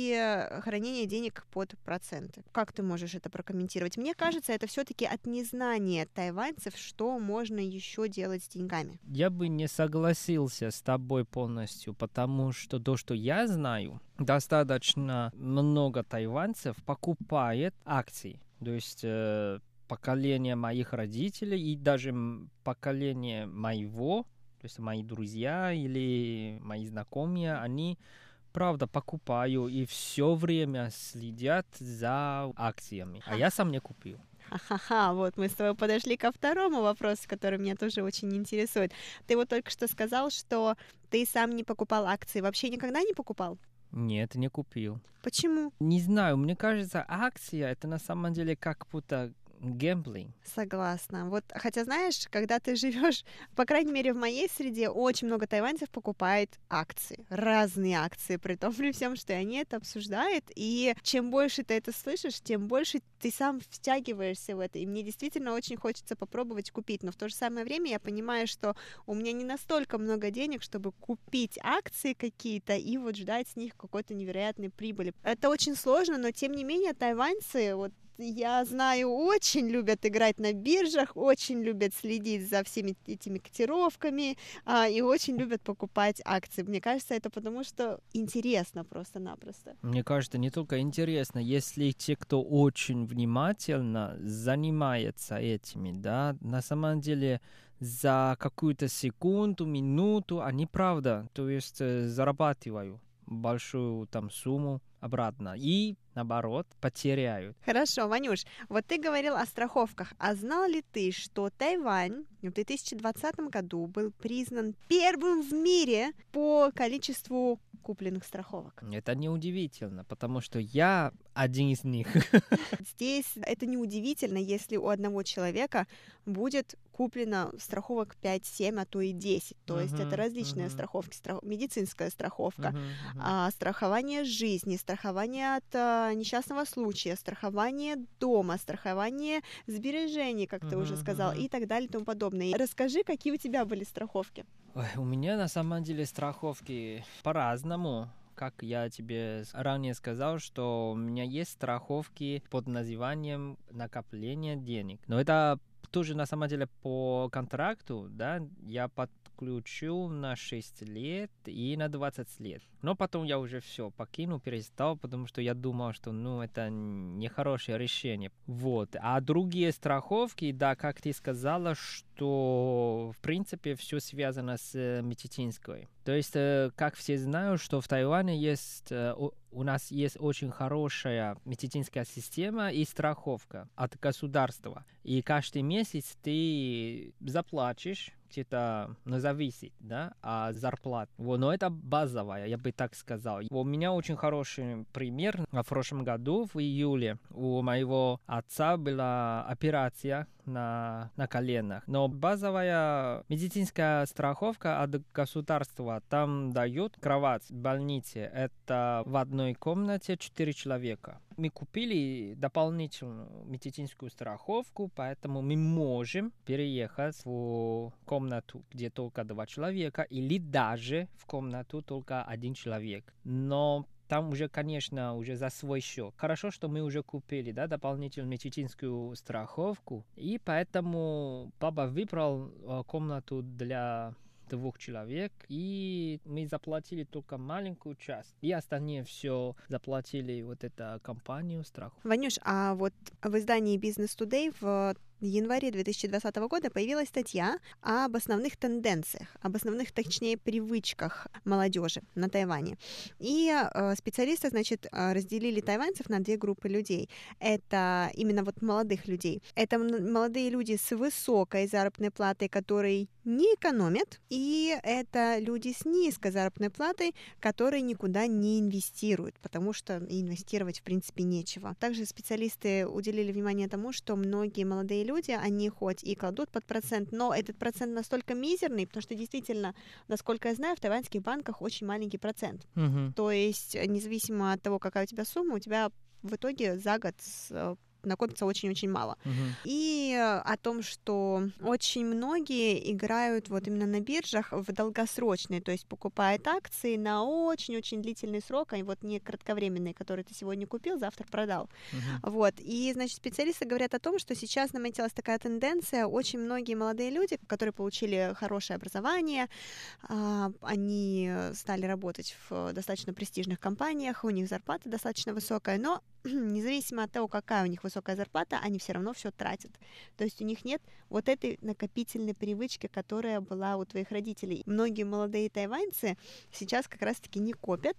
Speaker 6: и хранение денег под проценты. Как ты можешь это прокомментировать? Мне кажется, это все-таки от незнания тайваньцев, что можно еще делать с деньгами.
Speaker 7: Я бы не согласился с тобой полностью, потому что то, что я знаю, достаточно много тайваньцев покупает акции. То есть э, поколение моих родителей и даже поколение моего, то есть мои друзья или мои знакомые, они правда покупают и все время следят за акциями. А я сам не купил.
Speaker 6: Ха-ха-ха, вот мы с тобой подошли ко второму вопросу, который меня тоже очень интересует. Ты вот только что сказал, что ты сам не покупал акции. Вообще никогда не покупал?
Speaker 7: Нет, не купил.
Speaker 6: Почему?
Speaker 7: Не знаю, мне кажется, акция это на самом деле как будто гэмблинг.
Speaker 6: Согласна. Вот, хотя, знаешь, когда ты живешь, по крайней мере, в моей среде, очень много тайваньцев покупает акции, разные акции, при том, при всем, что они это обсуждают, и чем больше ты это слышишь, тем больше ты сам втягиваешься в это, и мне действительно очень хочется попробовать купить, но в то же самое время я понимаю, что у меня не настолько много денег, чтобы купить акции какие-то и вот ждать с них какой-то невероятной прибыли. Это очень сложно, но тем не менее тайваньцы, вот я знаю, очень любят играть на биржах, очень любят следить за всеми этими котировками а, и очень любят покупать акции. Мне кажется, это потому, что интересно просто-напросто.
Speaker 7: Мне кажется, не только интересно, если те, кто очень внимательно занимается этими, да, на самом деле за какую-то секунду, минуту они, правда, то есть зарабатывают большую там сумму обратно и, наоборот, потеряют.
Speaker 6: Хорошо, Ванюш, вот ты говорил о страховках. А знал ли ты, что Тайвань в две тысячи двадцатом году был признан первым в мире по количеству купленных страховок?
Speaker 7: Это неудивительно, потому что я один из них.
Speaker 6: Здесь это неудивительно, если у одного человека будет куплено страховок пять-семь, а то и десять. То uh-huh, есть это различные uh-huh. страховки. Страх... Медицинская страховка, uh-huh, uh-huh. А, страхование жизни, страхование от а, несчастного случая, страхование дома, страхование сбережений, как uh-huh, ты уже сказал, uh-huh. и так далее и тому подобное. Расскажи, какие у тебя были страховки?
Speaker 7: Ой, у меня на самом деле страховки по-разному. Как я тебе ранее сказал, что у меня есть страховки под названием накопление денег. Но это тоже на самом деле по контракту, да, я подключил на шесть лет и на двадцать лет. Но потом я уже все покинул, перестал, потому что я думал, что ну это нехорошее решение. Вот. А другие страховки, да, как ты сказала, что в принципе все связано с медицинской. То есть, как все знают, что в Тайване есть, у нас есть очень хорошая медицинская система и страховка от государства. И каждый месяц ты заплатишь, где-то ну, зависит, да, от зарплат. Вот, но это базовая, я бы так сказал. У меня очень хороший пример. В прошлом году, в июле, у моего отца была операция на, на коленах. Но базовая медицинская страховка от государства там дают кровать в больнице. Это в одной комнате четыре человека. Мы купили дополнительную медицинскую страховку, поэтому мы можем переехать в комнату, где только два человека, или даже в комнату только один человек. Но там уже, конечно, уже за свой счет. Хорошо, что мы уже купили, да, дополнительную медицинскую страховку, и поэтому папа выбрал э, комнату для двух человек, и мы заплатили только маленькую часть, и остальные все заплатили вот эту компанию страховку.
Speaker 6: Ванюш, а вот в издании Business Today в В январе две тысячи двадцатого года появилась статья об основных тенденциях, об основных, точнее, привычках молодежи на Тайване. И э, специалисты, значит, разделили тайваньцев на две группы людей. Это именно вот молодых людей. Это молодые люди с высокой заработной платой, которые не экономят, и это люди с низкой заработной платой, которые никуда не инвестируют, потому что инвестировать, в принципе, нечего. Также специалисты уделили внимание тому, что многие молодые люди, они хоть и кладут под процент, но этот процент настолько мизерный, потому что действительно, насколько я знаю, в тайваньских банках очень маленький процент. Uh-huh. То есть, независимо от того, какая у тебя сумма, у тебя в итоге за год накопится очень-очень мало.
Speaker 7: Мгм.
Speaker 6: И о том, что очень многие играют вот именно на биржах в долгосрочные, то есть покупают акции на очень-очень длительный срок, а вот не кратковременные, которые ты сегодня купил, завтра продал.
Speaker 7: Мгм.
Speaker 6: Вот. И, значит, специалисты говорят о том, что сейчас наметилась такая тенденция. Очень многие молодые люди, которые получили хорошее образование, а, они стали работать в достаточно престижных компаниях, у них зарплата достаточно высокая, но независимо от того, какая у них высокая зарплата, они все равно все тратят. То есть у них нет вот этой накопительной привычки, которая была у твоих родителей. Многие молодые тайваньцы сейчас как раз-таки не копят,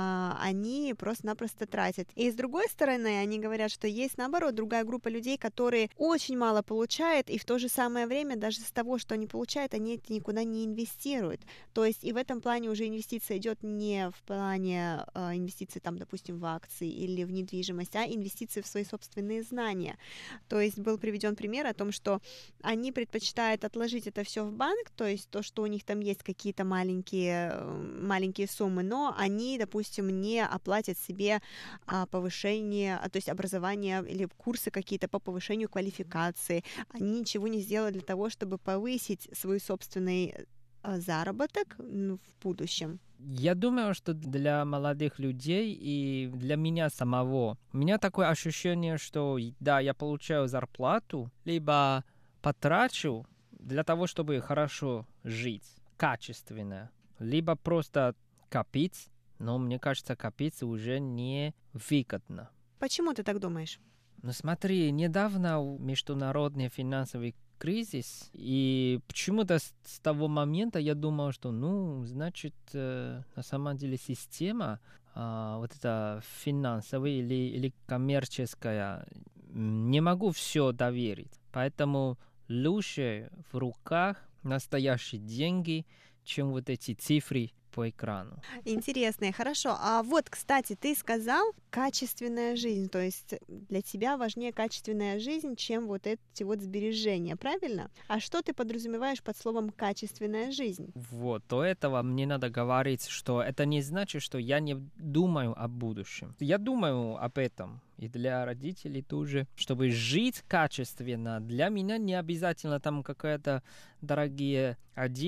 Speaker 6: а они просто-напросто тратят. И с другой стороны, они говорят, что есть, наоборот, другая группа людей, которые очень мало получают, и в то же самое время даже с того, что они получают, они это никуда не инвестируют. То есть и в этом плане уже инвестиция идет не в плане э, инвестиций, там, допустим, в акции или в недвижимость, а инвестиции в свои собственные знания. То есть был приведен пример о том, что они предпочитают отложить это все в банк, то есть то, что у них там есть какие-то маленькие, маленькие суммы, но они, допустим, не оплатят себе а, повышение, а, то есть образование или курсы какие-то по повышению квалификации. Они ничего не сделают для того, чтобы повысить свой собственный а, заработок ну, в будущем.
Speaker 7: Я думаю, что для молодых людей и для меня самого, у меня такое ощущение, что да, я получаю зарплату, либо потрачу для того, чтобы хорошо жить, качественно, либо просто копить, но мне кажется, копить уже не выгодно.
Speaker 6: Почему ты так думаешь?
Speaker 7: Ну смотри, недавно международный финансовый кризис, и почему-то с, с того момента я думал, что, ну, значит, э, на самом деле система, э, вот эта финансовая или, или коммерческая, не могу все доверить. Поэтому лучше в руках настоящие деньги, чем вот эти цифры по экрану.
Speaker 6: Интересно, хорошо. А вот, кстати, ты сказал качественная жизнь, то есть для тебя важнее качественная жизнь, чем вот эти вот сбережения, правильно? А что ты подразумеваешь под словом качественная жизнь?
Speaker 7: Вот, до этого мне надо говорить, что это не значит, что я не думаю о будущем. Я думаю об этом. И для родителей тоже, чтобы жить качественно, для меня не обязательно там какая-то дорогая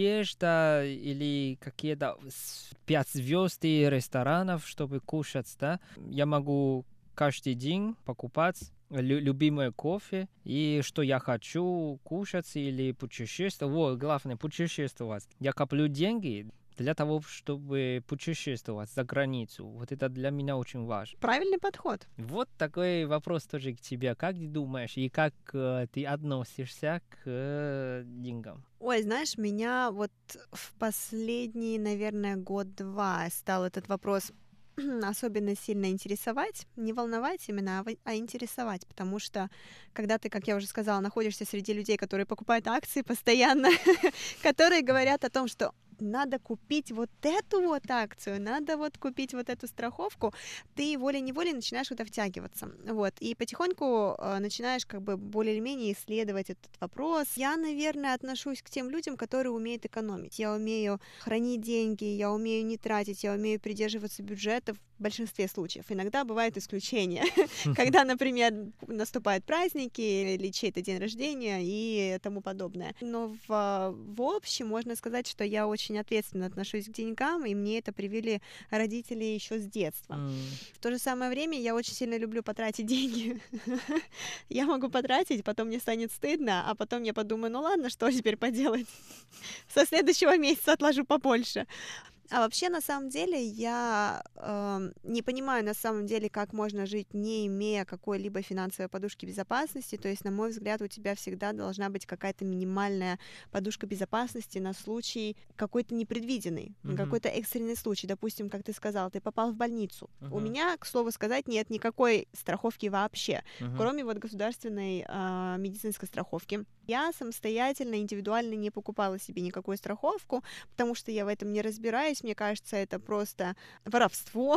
Speaker 7: одежда или какие-то пять звезд ресторанов, чтобы кушать, да. Я могу каждый день покупать лю- любимое кофе и что я хочу кушать или путешествовать. Вот, главное, путешествовать. Я коплю деньги для того, чтобы путешествовать за границу. Вот это для меня очень важно.
Speaker 6: Правильный подход.
Speaker 7: Вот такой вопрос тоже к тебе. Как ты думаешь и как э, ты относишься к э, деньгам?
Speaker 6: Ой, знаешь, меня вот в последний, наверное, год-два стал этот вопрос особенно сильно интересовать, не волновать именно, а, в- а интересовать, потому что когда ты, как я уже сказала, находишься среди людей, которые покупают акции постоянно, которые говорят о том, что надо купить вот эту вот акцию, надо вот купить вот эту страховку, ты волей-неволей начинаешь в это втягиваться, вот, и потихоньку э, начинаешь как бы более или менее исследовать этот вопрос. Я, наверное, отношусь к тем людям, которые умеют экономить. Я умею хранить деньги, я умею не тратить, я умею придерживаться бюджета в большинстве случаев. Иногда бывают исключения, когда, например, наступают праздники или чей-то день рождения и тому подобное. Но в, в общем можно сказать, что я очень ответственно отношусь к деньгам, и мне это привили родители еще с детства.
Speaker 7: М.
Speaker 6: В то же самое время я очень сильно люблю потратить деньги. Я могу потратить, потом мне станет стыдно, а потом я подумаю, ну ладно, что теперь поделать? Со следующего месяца отложу побольше. А вообще, на самом деле, я э, не понимаю, на самом деле, как можно жить, не имея какой-либо финансовой подушки безопасности. То есть, на мой взгляд, у тебя всегда должна быть какая-то минимальная подушка безопасности на случай какой-то непредвиденный,
Speaker 7: Мгм.
Speaker 6: какой-то экстренный случай. Допустим, как ты сказал, ты попал в больницу. У
Speaker 7: Мгм.
Speaker 6: меня, к слову сказать, нет никакой страховки вообще,
Speaker 7: Мгм.
Speaker 6: кроме вот государственной а, медицинской страховки. Я самостоятельно, индивидуально не покупала себе никакую страховку, потому что я в этом не разбираюсь. Мне кажется, это просто воровство,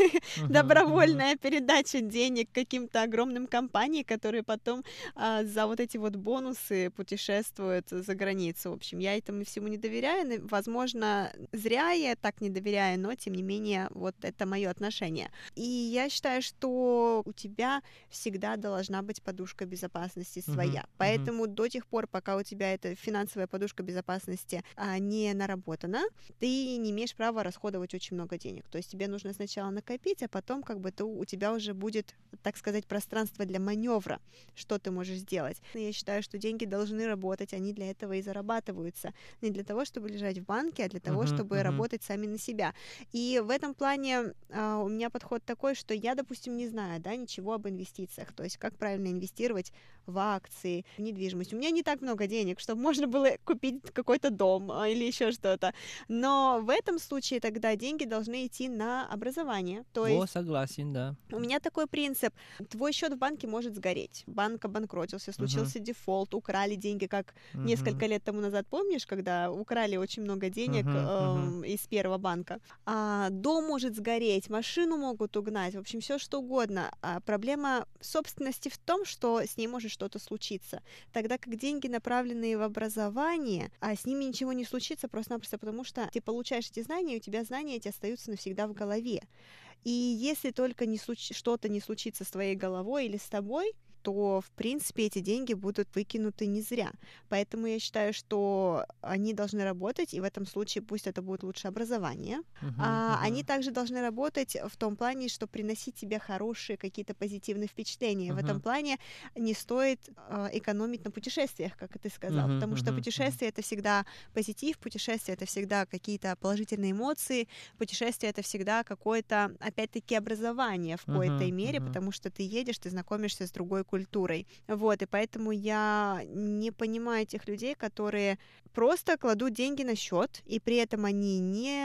Speaker 6: добровольная передача денег каким-то огромным компаниям, которые потом а, за вот эти вот бонусы путешествуют за границу. В общем, я этому всему не доверяю. Возможно, зря я так не доверяю, но, тем не менее, вот это мое отношение. И я считаю, что у тебя всегда должна быть подушка безопасности своя. Uh-huh. Поэтому uh-huh. до тех пор, пока у тебя эта финансовая подушка безопасности а, не наработана, ты не имеешь права расходовать очень много денег. То есть тебе нужно сначала накопить, а потом как бы то у тебя уже будет, так сказать, пространство для маневра, что ты можешь сделать. Я считаю, что деньги должны работать, они для этого и зарабатываются. Не для того, чтобы лежать в банке, а для того, uh-huh, чтобы uh-huh. работать сами на себя. И в этом плане а, у меня подход такой, что я, допустим, не знаю, да, ничего об инвестициях, то есть как правильно инвестировать в акции, в недвижимость. У меня не так много денег, чтобы можно было купить какой-то дом или еще что-то. Но в этом случае тогда деньги должны идти на образование. То есть,
Speaker 7: О, согласен, да.
Speaker 6: У меня такой принцип. Твой счет в банке может сгореть. Банк обанкротился, случился uh-huh. дефолт, украли деньги, как uh-huh. несколько лет тому назад, помнишь, когда украли очень много денег uh-huh. э, из первого банка. А, дом может сгореть, машину могут угнать, в общем, все что угодно. А проблема собственности в том, что с ней может что-то случиться. Тогда как деньги, направленные в образование, а с ними ничего не случится просто-напросто потому, что ты получаешь эти знания, и у тебя знания эти остаются навсегда в голове. И если только не случ... что-то не случится с твоей головой или с тобой, то, в принципе, эти деньги будут выкинуты не зря. Поэтому я считаю, что они должны работать, и в этом случае пусть это будет лучше образование. Uh-huh, а, uh-huh. Они также должны работать в том плане, что приносить тебе хорошие какие-то позитивные впечатления. Uh-huh. В этом плане не стоит э, экономить на путешествиях, как ты сказал, uh-huh, потому uh-huh, что путешествие uh-huh. — это всегда позитив, путешествие — это всегда какие-то положительные эмоции, путешествие — это всегда какое-то, опять-таки, образование в какой-то uh-huh, мере, uh-huh. потому что ты едешь, ты знакомишься с другой культурой. Вот, и поэтому я не понимаю тех людей, которые просто кладут деньги на счет, и при этом они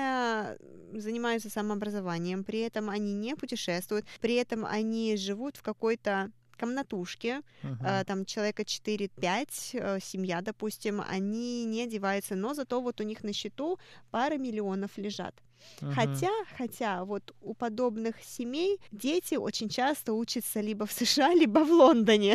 Speaker 6: не занимаются самообразованием, при этом они не путешествуют, при этом они живут в какой-то комнатушке, uh-huh. там человека четыре-пять, семья, допустим, они не одеваются, но зато вот у них на счету пара миллионов лежат. Uh-huh. Хотя, хотя вот у подобных семей дети очень часто учатся либо в США, либо в Лондоне,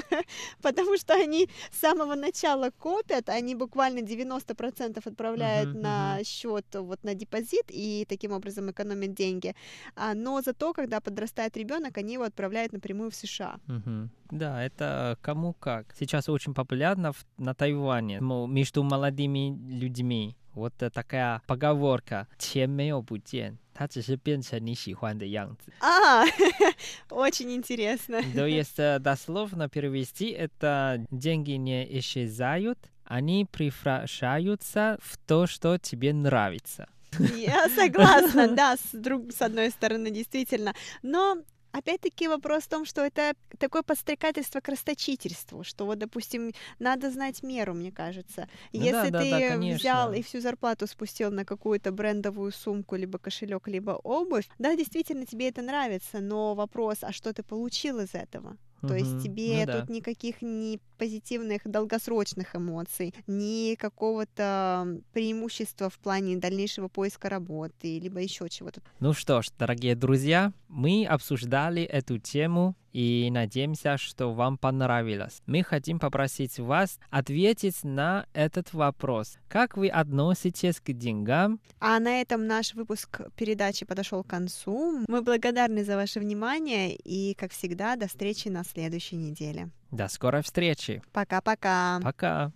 Speaker 6: потому что они с самого начала копят, они буквально девяносто процентов отправляют uh-huh, на uh-huh. счет, вот на депозит, и таким образом экономят деньги. А, но зато, когда подрастает ребенок, они его отправляют напрямую в США.
Speaker 7: Uh-huh. Да, это кому как. Сейчас очень популярно в, на Тайване между молодыми людьми. Вот такая поговорка: 钱没有不见，它只是变成你喜欢的样子.
Speaker 6: А, очень интересно.
Speaker 7: То есть дословно перевести это: деньги не исчезают, они превращаются в то, что тебе нравится.
Speaker 6: Я согласна, да, с, друг, с одной стороны, действительно. Но опять-таки вопрос в том, что это такое подстрекательство к расточительству, что вот, допустим, надо знать меру, мне кажется.
Speaker 7: Ну,
Speaker 6: Если
Speaker 7: да,
Speaker 6: ты
Speaker 7: да, да,
Speaker 6: взял и всю зарплату спустил на какую-то брендовую сумку, либо кошелек, либо обувь, да, действительно, тебе это нравится, но вопрос, а что ты получил из этого? То
Speaker 7: uh-huh.
Speaker 6: есть тебе
Speaker 7: ну,
Speaker 6: тут
Speaker 7: да.
Speaker 6: никаких ни позитивных долгосрочных эмоций, ни какого-то преимущества в плане дальнейшего поиска работы, либо еще чего-то.
Speaker 7: Ну что ж, дорогие друзья, мы обсуждали эту тему и надеемся, что вам понравилось. Мы хотим попросить вас ответить на этот вопрос. Как вы относитесь к деньгам?
Speaker 6: А на этом наш выпуск передачи подошел к концу. Мы благодарны за ваше внимание и, как всегда, до встречи на следующей неделе.
Speaker 7: До скорой встречи.
Speaker 6: Пока-пока.
Speaker 7: Пока.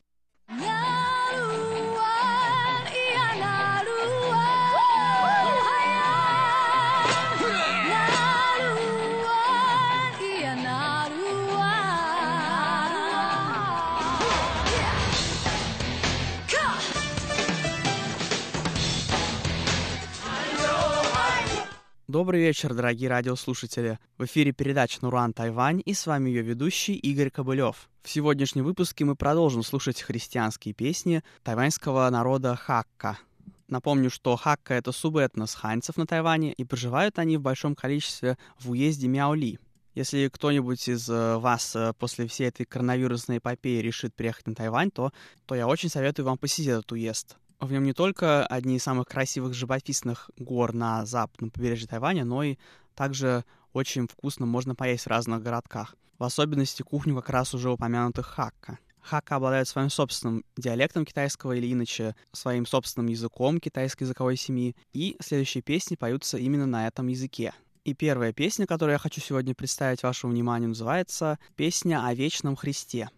Speaker 8: Добрый вечер, дорогие радиослушатели. В эфире передача «Нуран Тайвань» и с вами ее ведущий Игорь Кобылев. В сегодняшнем выпуске мы продолжим слушать христианские песни тайваньского народа Хакка. Напомню, что Хакка — это субэтнос ханьцев на Тайване, и проживают они в большом количестве в уезде Мяоли. Если кто-нибудь из вас после всей этой коронавирусной эпопеи решит приехать на Тайвань, то, то я очень советую вам посетить этот уезд. В нем не только одни из самых красивых живописных гор на западном побережье Тайваня, но и также очень вкусно можно поесть в разных городках. В особенности кухню как раз уже упомянутых хакка. Хакка обладает своим собственным диалектом китайского или иначе своим собственным языком китайской языковой семьи, и следующие песни поются именно на этом языке. И первая песня, которую я хочу сегодня представить вашему вниманию, называется «Песня о вечном Христе».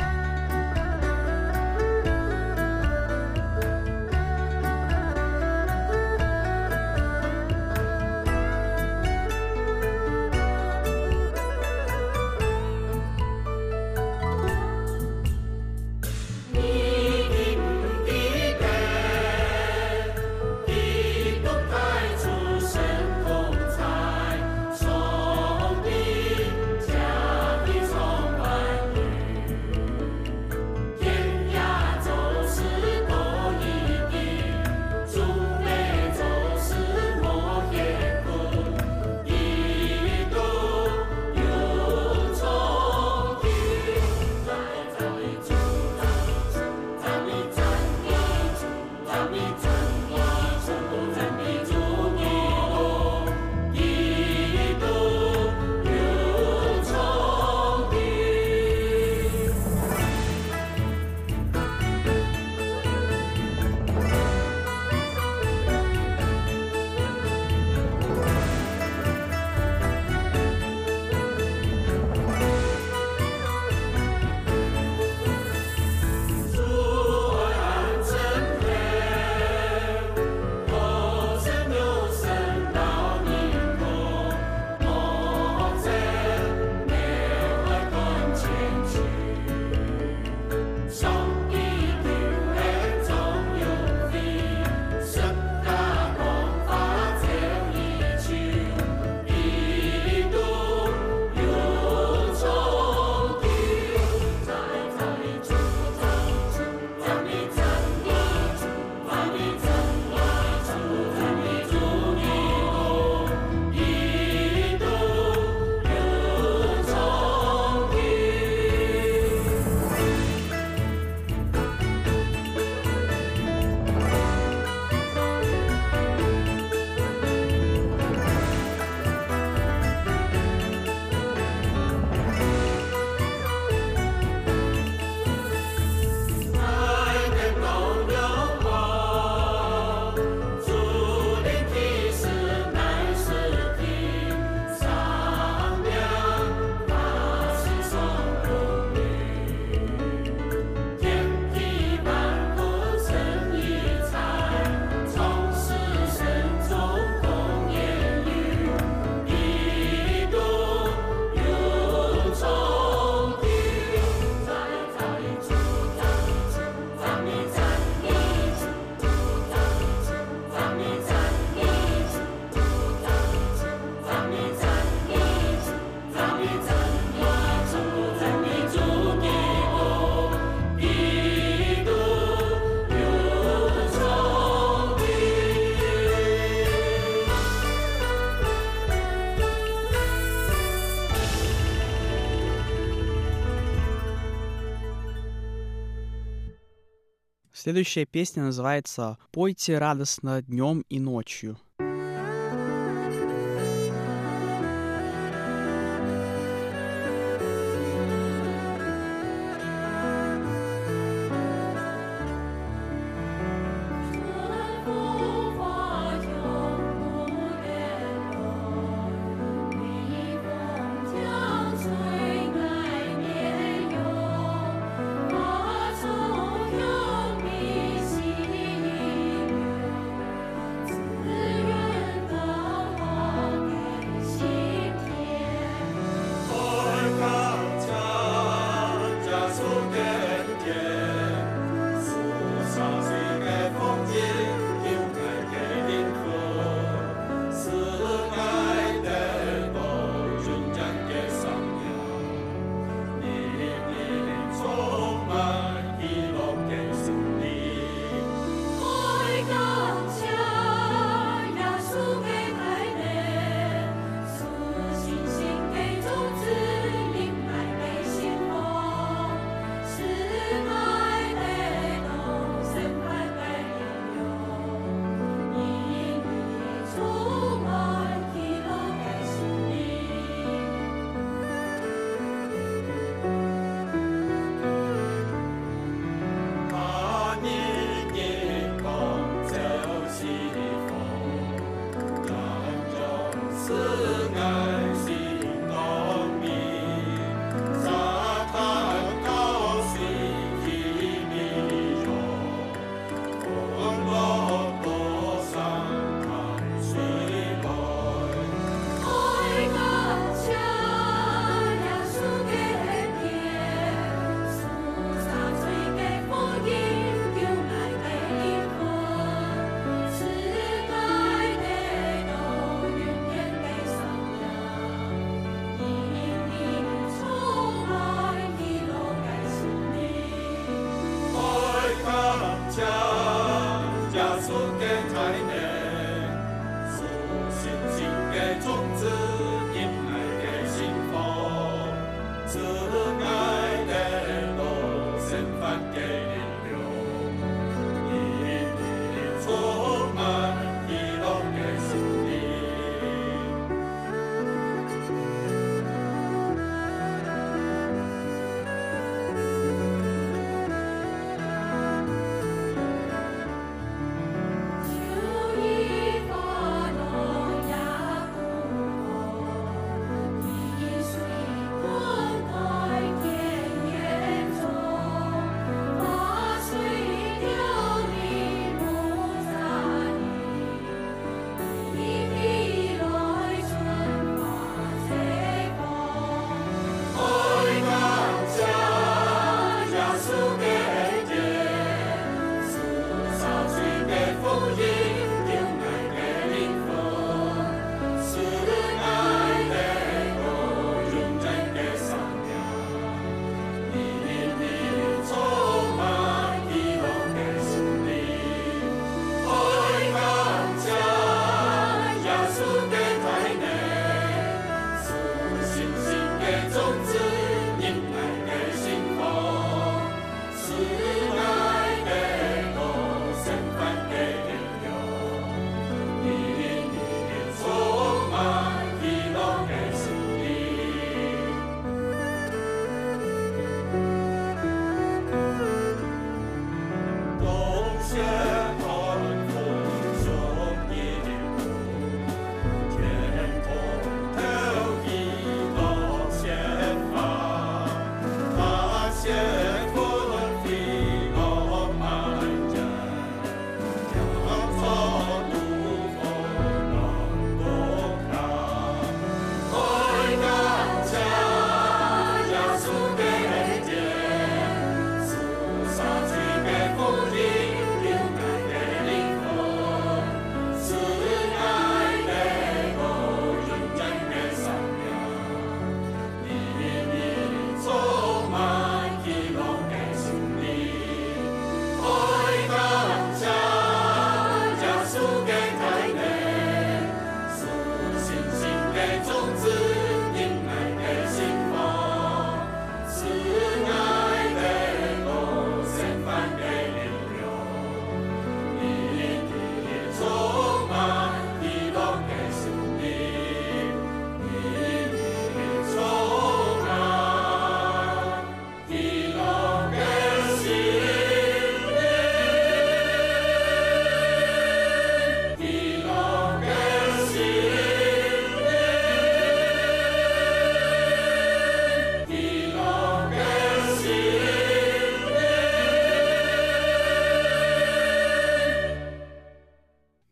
Speaker 8: Следующая песня называется «Пойте радостно днем и ночью».
Speaker 9: Yeah.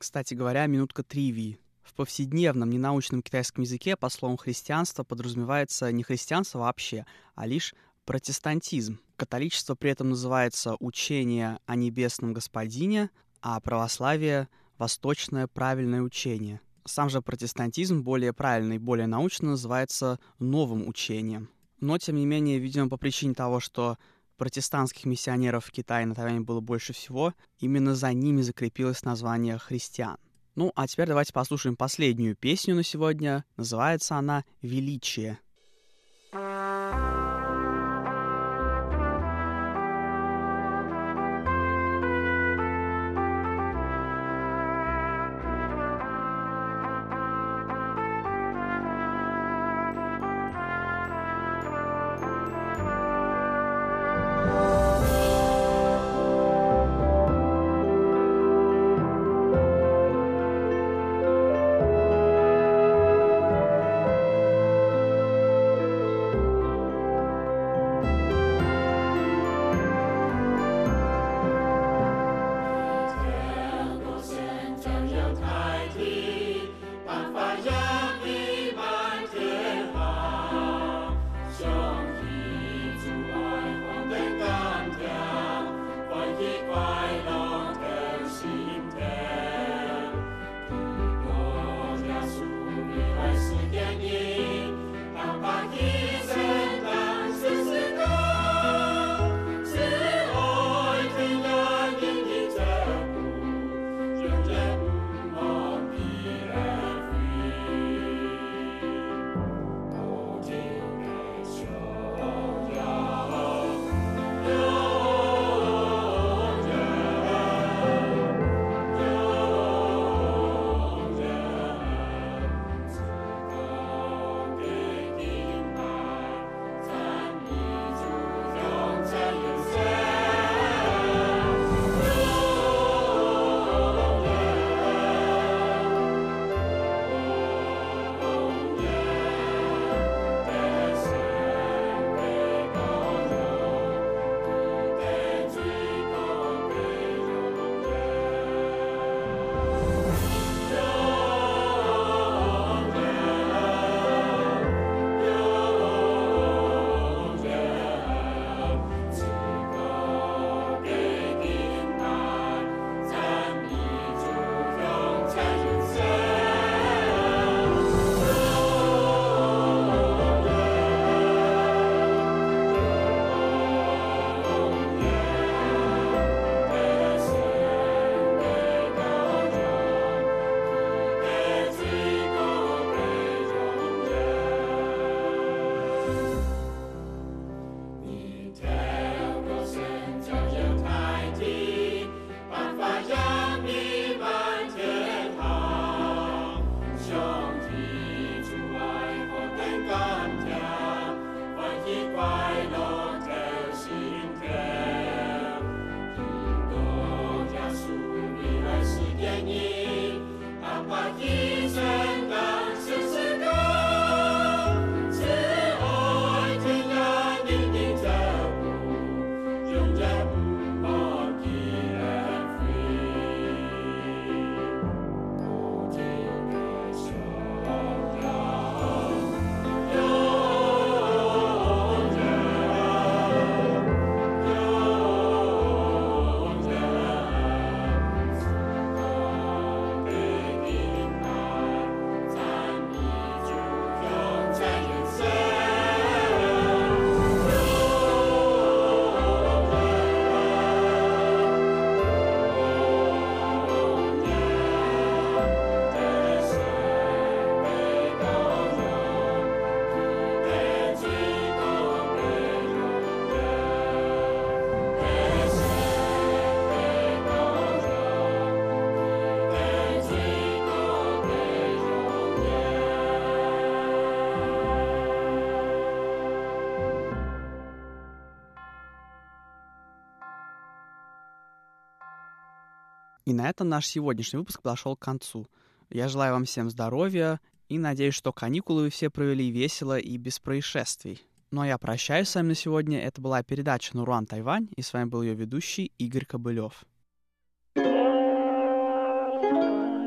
Speaker 8: Кстати говоря, минутка тривии. В повседневном ненаучном китайском языке под словом «христианство» подразумевается не христианство вообще, а лишь протестантизм. Католичество при этом называется учение о небесном Господине, а православие — восточное правильное учение. Сам же протестантизм более правильно и более научно называется новым учением. Но, тем не менее, видимо, по причине того, что протестантских миссионеров в Китае на Тайване было больше всего, именно за ними закрепилось название христиан. Ну, а теперь давайте послушаем последнюю песню на сегодня. Называется она «Величие». И на этом наш сегодняшний выпуск подошел к концу. Я желаю вам всем здоровья и надеюсь, что каникулы вы все провели весело и без происшествий. Ну а я прощаюсь с вами на сегодня. Это была передача «Наруан Тайвань», и с вами был ее ведущий Игорь Кобылев.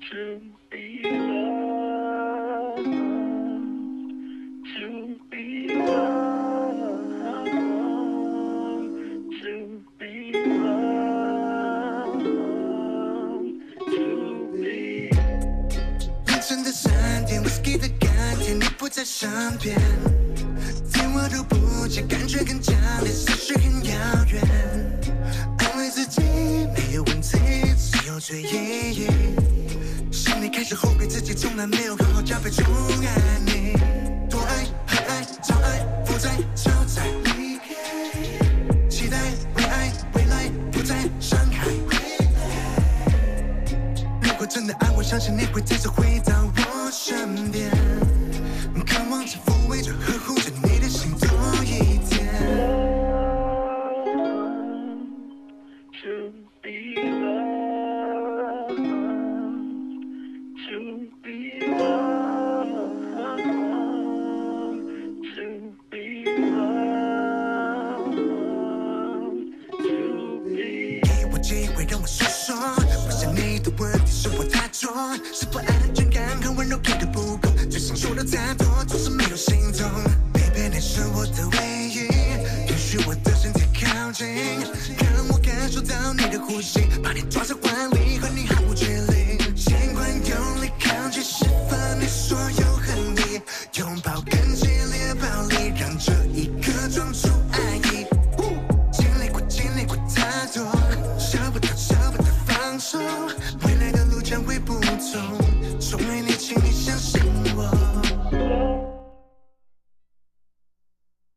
Speaker 9: 在身边，连我都不见，感觉更强烈，思绪很遥远。安慰自己没有问题，只有追忆。心里开始后悔自己从来没有好好交配宠爱你，多爱很爱超爱，负债超载离开，期待为爱未来不再伤害。如果真的爱我，相信你会再次回到我身边。渴望着抚慰着呵护着你的心多一点。To be loved, to be loved, to be loved, to be。给我机会让我说说，不想你的问题是我太弱，是否安全感和温柔给的不够，最想说的太多。总是没有心动 ，Baby 你是我的唯一，允许我的身体靠近，让我感受到你的呼吸，把你抓在怀里，和你毫无距离，尽管用力抗拒，释放你所有。